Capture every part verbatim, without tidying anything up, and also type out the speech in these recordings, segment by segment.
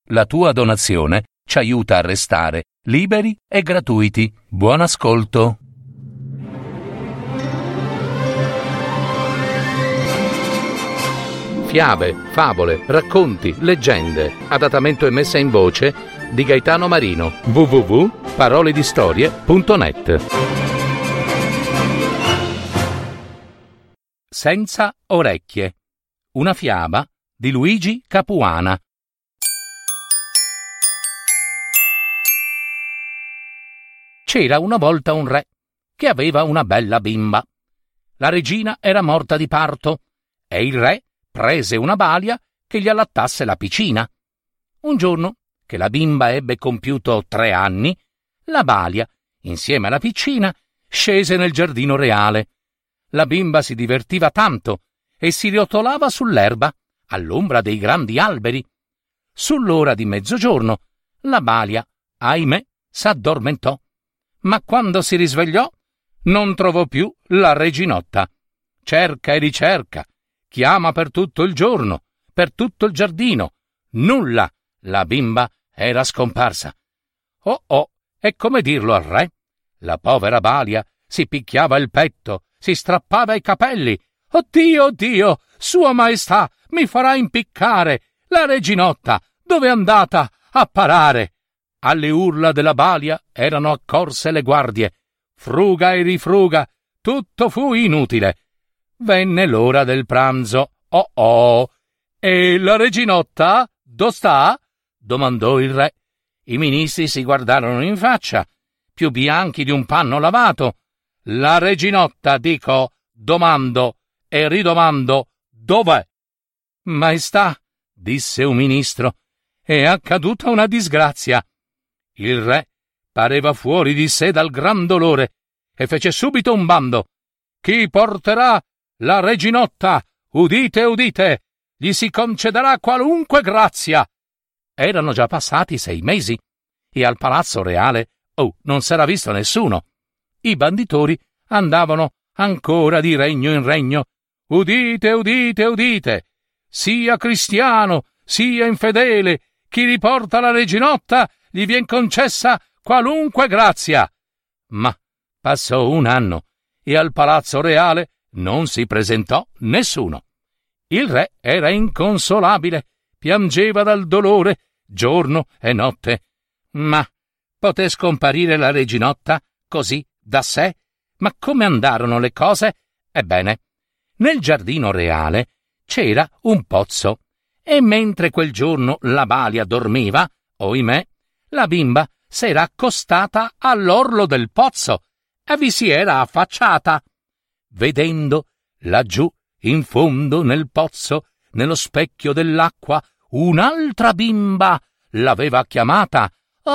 La tua donazione ci aiuta a restare liberi e gratuiti. Buon ascolto. Fiabe, favole, racconti, leggende. Adattamento e messa in voce di Gaetano Marino. w w w punto parole di storie punto net. Senza orecchie. Una fiaba di Luigi Capuana. C'era una volta un re che aveva una bella bimba. La regina era morta di parto e il re prese una balia che gli allattasse la piccina. Un giorno, che la bimba ebbe compiuto tre anni, la balia, insieme alla piccina, scese nel giardino reale. La bimba si divertiva tanto e si rotolava sull'erba, all'ombra dei grandi alberi. Sull'ora di mezzogiorno, la balia, ahimè, s'addormentò. Ma quando si risvegliò, non trovò più la reginotta. Cerca e ricerca, chiama per tutto il giorno, per tutto il giardino. Nulla, la bimba era scomparsa. Oh oh, e come dirlo al re? La povera balia si picchiava il petto, si strappava i capelli. Oddio, oddio, sua maestà, mi farà impiccare. La reginotta, dove è andata a parare? Alle urla della balia erano accorse le guardie. Fruga e rifruga, tutto fu inutile. Venne l'ora del pranzo. Oh oh! E la reginotta? Dove sta? Domandò il re. I ministri si guardarono in faccia, più bianchi di un panno lavato. La reginotta, dico, domando e ridomando, dov'è? Maestà, disse un ministro, è accaduta una disgrazia. Il re pareva fuori di sé dal gran dolore e fece subito un bando. Chi porterà la reginotta? Udite, udite, gli si concederà qualunque grazia. Erano già passati sei mesi e al palazzo reale, oh, non s'era visto nessuno. I banditori andavano ancora di regno in regno. Udite, udite, udite, sia cristiano, sia infedele, chi riporta la reginotta gli vien concessa qualunque grazia. Ma passò un anno e al palazzo reale non si presentò nessuno. Il re era inconsolabile, piangeva dal dolore giorno e notte. Ma poté scomparire la reginotta così da sé? Ma come andarono le cose? Ebbene, nel giardino reale c'era un pozzo e mentre quel giorno la balia dormiva, oimè, la bimba s'era accostata all'orlo del pozzo e vi si era affacciata. Vedendo laggiù, in fondo nel pozzo, nello specchio dell'acqua, un'altra bimba l'aveva chiamata.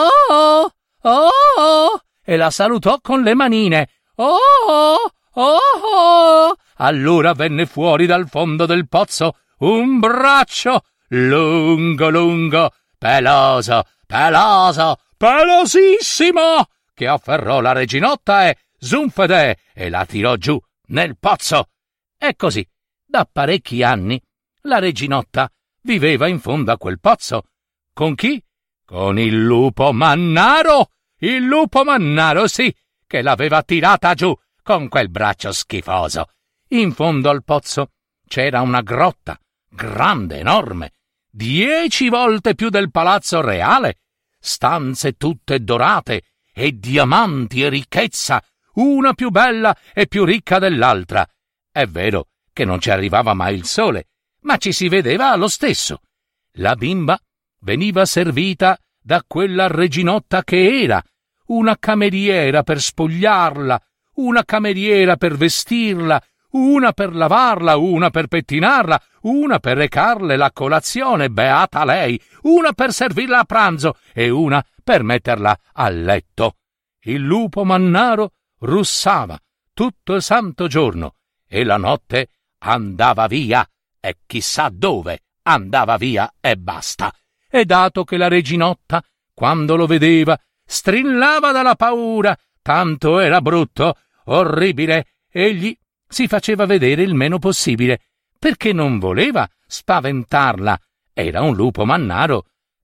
Oh, oh, oh, e la salutò con le manine. Oh, oh, oh, oh. Allora venne fuori dal fondo del pozzo un braccio lungo, lungo, peloso, peloso, pelosissimo, che afferrò la reginotta e zunfedè e la tirò giù nel pozzo. E così, da parecchi anni, la reginotta viveva in fondo a quel pozzo. Con chi? Con il lupo mannaro! Il lupo mannaro, sì, che l'aveva tirata giù con quel braccio schifoso. In fondo al pozzo c'era una grotta, grande, enorme, dieci volte più del palazzo reale, stanze tutte dorate e diamanti e ricchezza, una più bella e più ricca dell'altra. È vero che non ci arrivava mai il sole, ma ci si vedeva lo stesso. La bimba veniva servita da quella reginotta che era, una cameriera per spogliarla, una cameriera per vestirla, una per lavarla, una per pettinarla, una per recarle la colazione, beata lei, una per servirla a pranzo e una per metterla a letto. Il lupo mannaro russava tutto il santo giorno e la notte andava via, e chissà dove andava via e basta. E dato che la reginotta, quando lo vedeva, strillava dalla paura, tanto era brutto, orribile, egli si faceva vedere il meno possibile, perché non voleva spaventarla. Era un lupo mannaro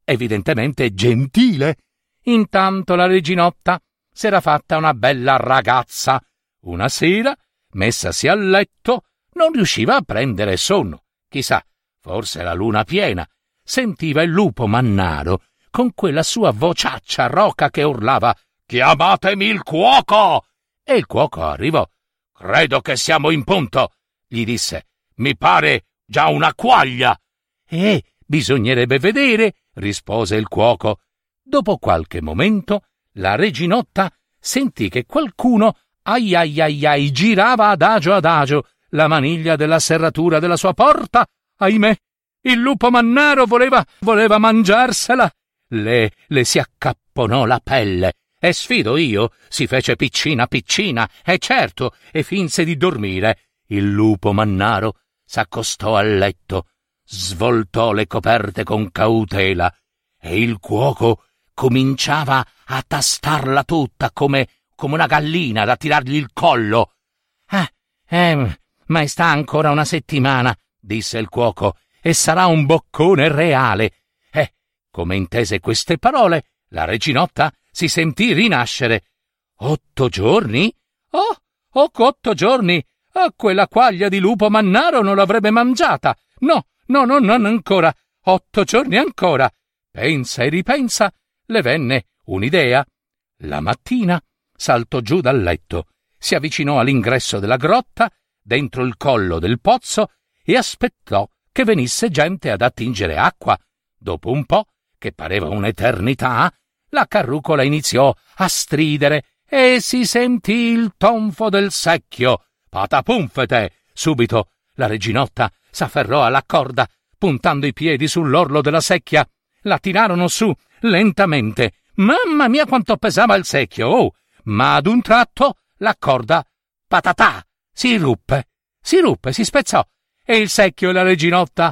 evidentemente gentile. Intanto la reginotta s'era fatta una bella ragazza. Una sera, messasi a letto, non riusciva a prendere sonno. Chissà, forse la luna piena, sentiva il lupo mannaro con quella sua vociaccia roca che urlava «Chiamatemi il cuoco!» E il cuoco arrivò. «Credo che siamo in punto», gli disse. «Mi pare già una quaglia». «Eh, bisognerebbe vedere», rispose il cuoco. Dopo qualche momento la reginotta sentì che qualcuno ai ai ai ai girava adagio adagio la maniglia della serratura della sua porta. Ahimè, il lupo mannaro voleva voleva mangiarsela. Le, le si accapponò la pelle e sfido io, si fece piccina piccina, e certo, e finse di dormire. Il lupo mannaro s'accostò al letto, svoltò le coperte con cautela e il cuoco cominciava a tastarla tutta come, come una gallina da tirargli il collo. Ah, eh, ma sta ancora una settimana, disse il cuoco, e sarà un boccone reale. Eh, come intese queste parole, la reginotta si sentì rinascere. Otto giorni? Oh, oh, otto giorni! Oh, quella quaglia di lupo mannaro non l'avrebbe mangiata. No, no, no, non ancora. Otto giorni ancora. Pensa e ripensa, le venne un'idea. La mattina saltò giù dal letto, si avvicinò all'ingresso della grotta, dentro il collo del pozzo, e aspettò che venisse gente ad attingere acqua. Dopo un po', che pareva un'eternità, la carrucola iniziò a stridere e si sentì il tonfo del secchio. Patapumfete! Subito la reginotta s'afferrò alla corda, puntando i piedi sull'orlo della secchia. La tirarono su lentamente. Mamma mia quanto pesava il secchio! Oh! Ma ad un tratto la corda, patatà, si ruppe, si ruppe, si spezzò, e il secchio e la reginotta,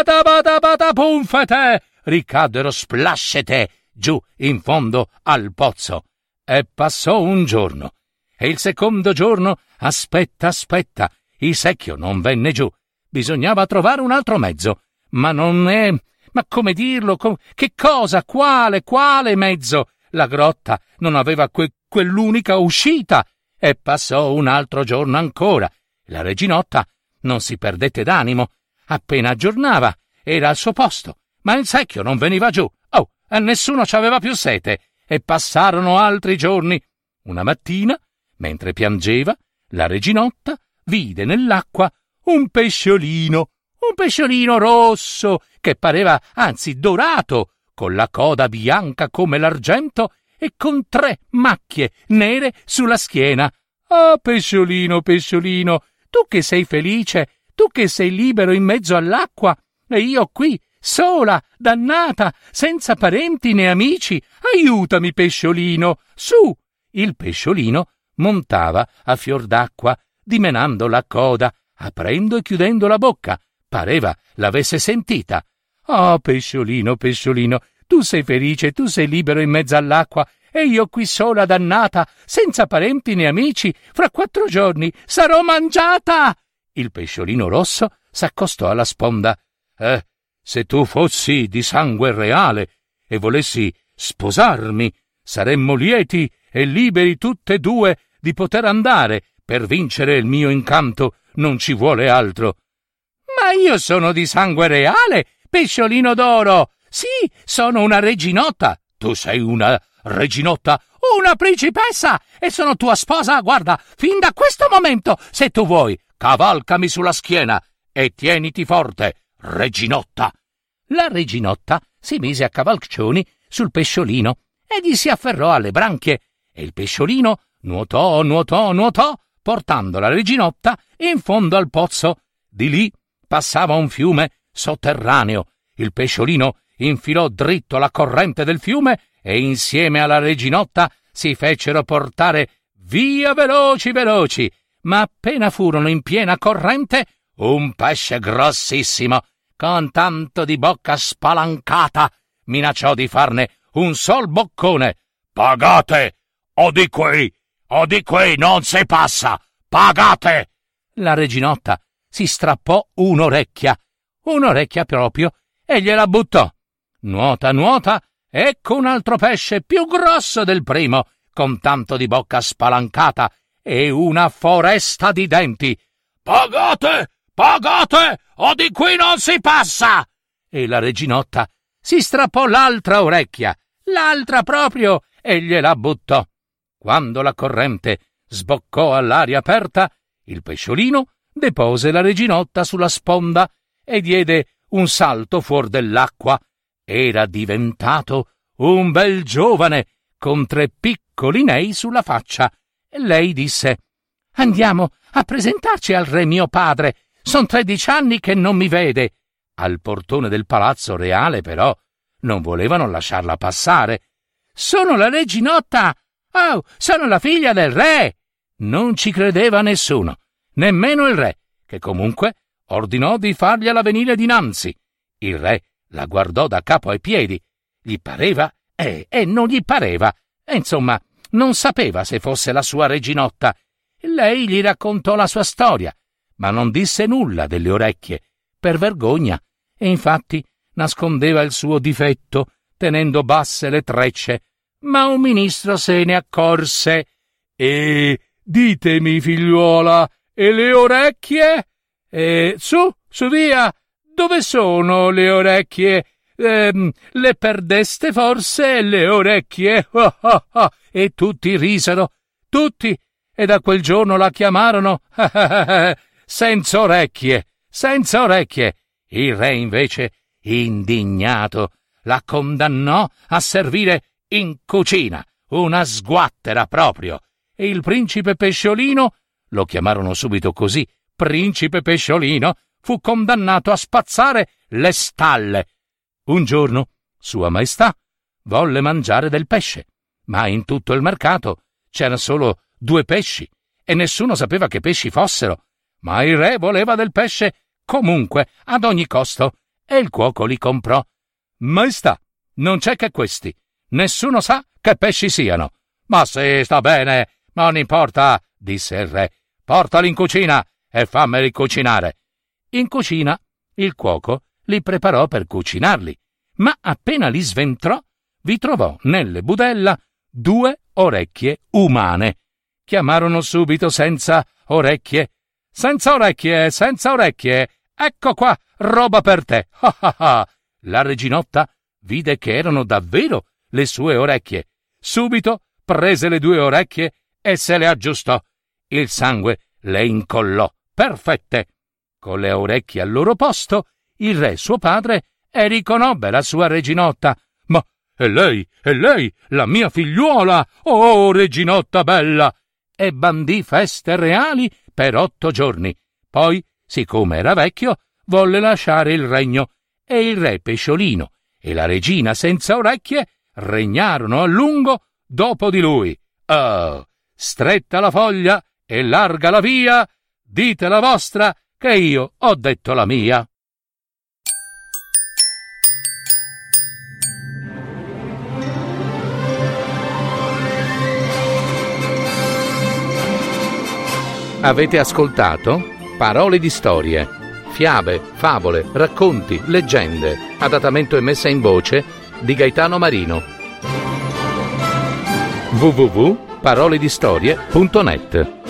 patapatapatapumfete, ricaddero splascete giù in fondo al pozzo. E passò un giorno, e il secondo giorno, aspetta, aspetta, il secchio non venne giù. Bisognava trovare un altro mezzo, ma non è... Ma come dirlo? Com- che cosa? Quale? Quale mezzo? La grotta non aveva que- quell'unica uscita. E passò un altro giorno ancora. La reginotta non si perdette d'animo. Appena aggiornava, era al suo posto, ma il secchio non veniva giù. Oh, e nessuno ci aveva più sete. E passarono altri giorni. Una mattina, mentre piangeva, la reginotta vide nell'acqua un pesciolino, un pesciolino rosso, che pareva anzi dorato, con la coda bianca come l'argento e con tre macchie nere sulla schiena. Ah, pesciolino, pesciolino, tu che sei felice, tu che sei libero in mezzo all'acqua, e io qui, sola, dannata, senza parenti né amici, aiutami, pesciolino, su! Il pesciolino montava a fior d'acqua, dimenando la coda, aprendo e chiudendo la bocca. Pareva l'avesse sentita. Oh, pesciolino, pesciolino, tu sei felice, tu sei libero in mezzo all'acqua, e io qui sola, dannata, senza parenti né amici, fra quattro giorni sarò mangiata! Il pesciolino rosso s'accostò alla sponda. Eh, se tu fossi di sangue reale e volessi sposarmi, saremmo lieti e liberi tutte e due di poter andare. Per vincere il mio incanto non ci vuole altro. Ma io sono di sangue reale, pesciolino d'oro. Sì, sono una reginotta. Tu sei una reginotta, una principessa, e sono tua sposa, guarda, fin da questo momento. Se tu vuoi, cavalcami sulla schiena e tieniti forte, reginotta. La reginotta si mise a cavalccioni sul pesciolino e gli si afferrò alle branchie, e il pesciolino nuotò, nuotò, nuotò, portando la reginotta in fondo al pozzo. Di lì passava un fiume sotterraneo. Il pesciolino infilò dritto la corrente del fiume e insieme alla reginotta si fecero portare via veloci veloci, ma appena furono in piena corrente, un pesce grossissimo, con tanto di bocca spalancata, minacciò di farne un sol boccone. «Pagate! O di qui! O di qui non si passa! Pagate!» La reginotta si strappò un'orecchia, un'orecchia proprio, e gliela buttò. Nuota, nuota, ecco un altro pesce più grosso del primo, con tanto di bocca spalancata e una foresta di denti. «Pagate! Pagate! O di qui non si passa!» E la reginotta si strappò l'altra orecchia, l'altra proprio, e gliela buttò. Quando la corrente sboccò all'aria aperta, il pesciolino depose la reginotta sulla sponda e diede un salto fuor dell'acqua. Era diventato un bel giovane con tre piccoli nei sulla faccia. E lei disse: «Andiamo a presentarci al re mio padre. Son tredici anni che non mi vede». Al portone del palazzo reale, però, non volevano lasciarla passare. «Sono la reginotta! Oh, sono la figlia del re!» Non ci credeva nessuno, nemmeno il re, che comunque ordinò di fargliela venire dinanzi. Il re la guardò da capo ai piedi. Gli pareva e, e non gli pareva. E insomma, non sapeva se fosse la sua reginotta. Lei gli raccontò la sua storia, ma non disse nulla delle orecchie, per vergogna, e infatti nascondeva il suo difetto, tenendo basse le trecce. Ma un ministro se ne accorse. «E ditemi, figliuola, e le orecchie? E su, su via, dove sono le orecchie? Ehm, le perdeste forse le orecchie?» Oh, oh, oh. E tutti risero, tutti, e da quel giorno la chiamarono senza orecchie, senza orecchie. Il re invece, indignato, la condannò a servire in cucina, una sguattera proprio. E il principe pesciolino, lo chiamarono subito così, principe pesciolino, fu condannato a spazzare le stalle. Un giorno Sua Maestà volle mangiare del pesce, ma in tutto il mercato c'erano solo due pesci e nessuno sapeva che pesci fossero. Ma il re voleva del pesce comunque, ad ogni costo, e il cuoco li comprò. «Maestà, non c'è che questi. Nessuno sa che pesci siano». «Ma sì, sta bene, ma non importa», disse il re. «Portali in cucina e fammeli cucinare». In cucina il cuoco li preparò per cucinarli, ma appena li sventrò vi trovò nelle budella due orecchie umane. Chiamarono subito senza orecchie. «Senza orecchie, senza orecchie, ecco qua, roba per te!» Ah ah ah! La reginotta vide che erano davvero le sue orecchie. Subito prese le due orecchie e se le aggiustò. Il sangue le incollò, perfette. Con le orecchie al loro posto, il re suo padre e riconobbe la sua reginotta. «Ma è lei, è lei, la mia figliuola! Oh, reginotta bella!» E bandì feste reali per otto giorni. Poi, siccome era vecchio, volle lasciare il regno e il re pesciolino e la regina senza orecchie regnarono a lungo dopo di lui. Oh, stretta la foglia e larga la via, dite la vostra che io ho detto la mia. Avete ascoltato Parole di storie, fiabe, favole, racconti, leggende, adattamento e messa in voce di Gaetano Marino. w w w punto parole di storie punto net